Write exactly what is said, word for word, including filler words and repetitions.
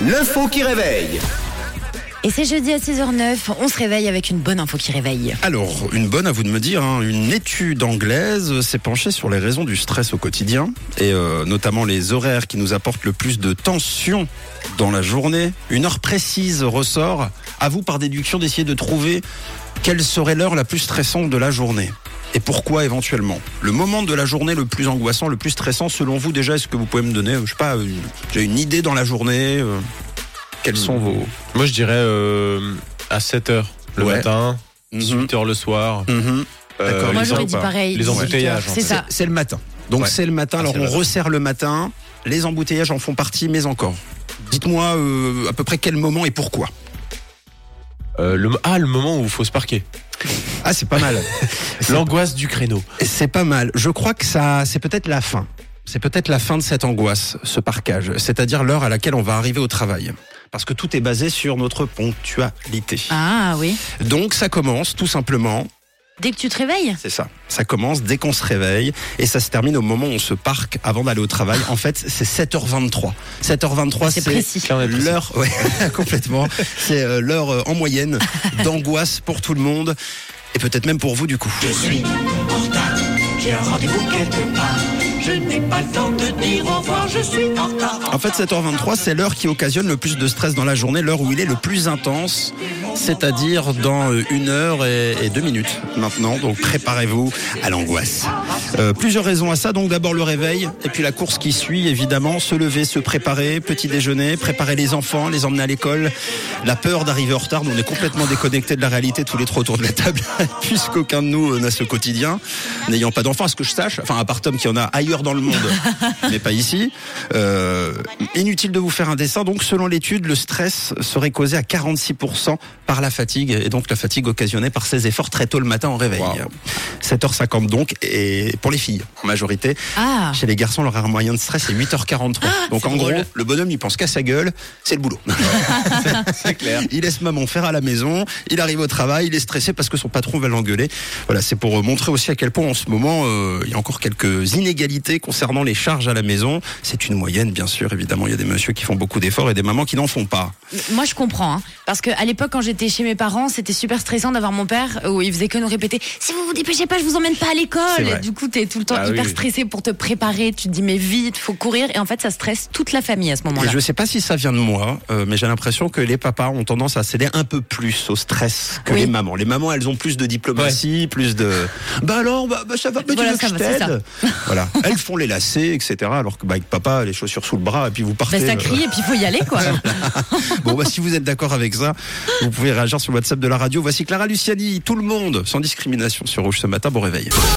L'info qui réveille. Et c'est jeudi à six heures neuf, on se réveille avec une bonne info qui réveille. Alors, une bonne à vous de me dire, hein, une étude anglaise s'est penchée sur les raisons du stress au quotidien et euh, notamment les horaires qui nous apportent le plus de tension dans la journée. Une heure précise ressort. À vous, par déduction, d'essayer de trouver quelle serait l'heure la plus stressante de la journée. Et pourquoi éventuellement? Le moment de la journée le plus angoissant, le plus stressant, selon vous déjà, est-ce que vous pouvez me donner, je sais pas, une, j'ai une idée dans la journée euh, Quels sont vos... Moi, je dirais euh, à sept heures le Ouais. matin, Mhm. dix-huit heures le soir. Mhm. Euh, D'accord. Moi les j'aurais em- dit pareil. les dix-huit heures. embouteillages, en C'est fait. ça. C'est le matin. Donc Ouais. c'est le matin. Ah, Alors c'est le on matin. resserre le matin. Les embouteillages en font partie, mais encore. Dites-moi euh, à peu près quel moment et pourquoi. Euh, le, ah, le moment où il faut se parquer. Ah, c'est pas mal. L'angoisse du créneau. C'est pas mal. Je crois que ça, c'est peut-être la fin. C'est peut-être la fin de cette angoisse, ce parquage. C'est-à-dire l'heure à laquelle on va arriver au travail. Parce que tout est basé sur notre ponctualité. Ah oui. Donc ça commence tout simplement. Dès que tu te réveilles. C'est ça. Ça commence dès qu'on se réveille et ça se termine au moment où on se parque avant d'aller au travail. En fait, c'est sept heures vingt-trois. sept heures vingt-trois, C'est c'est précis. l'heure, ouais, complètement. C'est euh, l'heure euh, en moyenne d'angoisse pour tout le monde et peut-être même pour vous du coup. Je suis en retard, j'ai un rendez-vous quelque part. Je n'ai pas le temps de dire au revoir, je suis en retard. En fait, sept heures vingt-trois, c'est l'heure qui occasionne le plus de stress dans la journée, l'heure où il est le plus intense, c'est-à-dire dans euh, une heure et, et deux minutes maintenant. Donc préparez-vous à l'angoisse. Euh, plusieurs raisons à ça. Donc d'abord le réveil et puis la course qui suit, évidemment. Se lever, se préparer, petit déjeuner, préparer les enfants, les emmener à l'école. La peur d'arriver en retard. Nous, on est complètement déconnectés de la réalité tous les trois autour de la table, puisqu'aucun de nous euh, n'a ce quotidien. N'ayant pas d'enfants, à ce que je sache, enfin à part Tom qui en a ailleurs dans le monde, mais pas ici. Euh, inutile de vous faire un dessin. Donc, selon l'étude, le stress serait causé à quarante-six pour cent par la fatigue, et donc la fatigue occasionnée par ces efforts très tôt le matin au réveil. Wow. sept heures cinquante donc, et pour les filles, en majorité. Ah. Chez les garçons, l'horaire moyen de stress est huit heures quarante-trois. donc, c'est en drôle. gros, le bonhomme, il pense qu'à sa gueule, c'est le boulot. C'est clair. Il laisse maman faire à la maison, il arrive au travail, il est stressé parce que son patron va l'engueuler. Voilà, c'est pour montrer aussi à quel point en ce moment, euh, il y a encore quelques inégalités concernant les charges à la maison. C'est une moyenne, bien sûr, évidemment. Il y a des messieurs qui font beaucoup d'efforts et des mamans qui n'en font pas. Moi je comprends, hein, parce que à l'époque quand j'étais chez mes parents, c'était super stressant d'avoir mon père où il faisait que nous répéter si vous vous dépêchez pas, je vous emmène pas à C'est l'école. vrai. Du coup t'es tout le temps Ah hyper oui. stressé pour te préparer. Tu te dis mais vite, faut courir et en fait ça stresse toute la famille à ce moment-là. Et je sais pas si ça vient de moi, euh, mais j'ai l'impression que les papas ont tendance à céder un peu plus au stress que Oui. les mamans. Les mamans, elles ont plus de diplomatie, plus de... Bah alors, bah, bah ça va, bah, Voilà, tu veux ça que je va, c'est t'aide. Voilà. Elles font les lacets, et cetera. Alors que bah, avec papa, les chaussures sous le bras, et puis vous partez... Bah, ça euh, crie et puis il faut y aller quoi. Bon, bah, si vous êtes d'accord avec ça, vous pouvez réagir sur le WhatsApp de la radio. Voici Clara Luciani, tout le monde, sans discrimination sur Rouge ce matin. Bon réveil.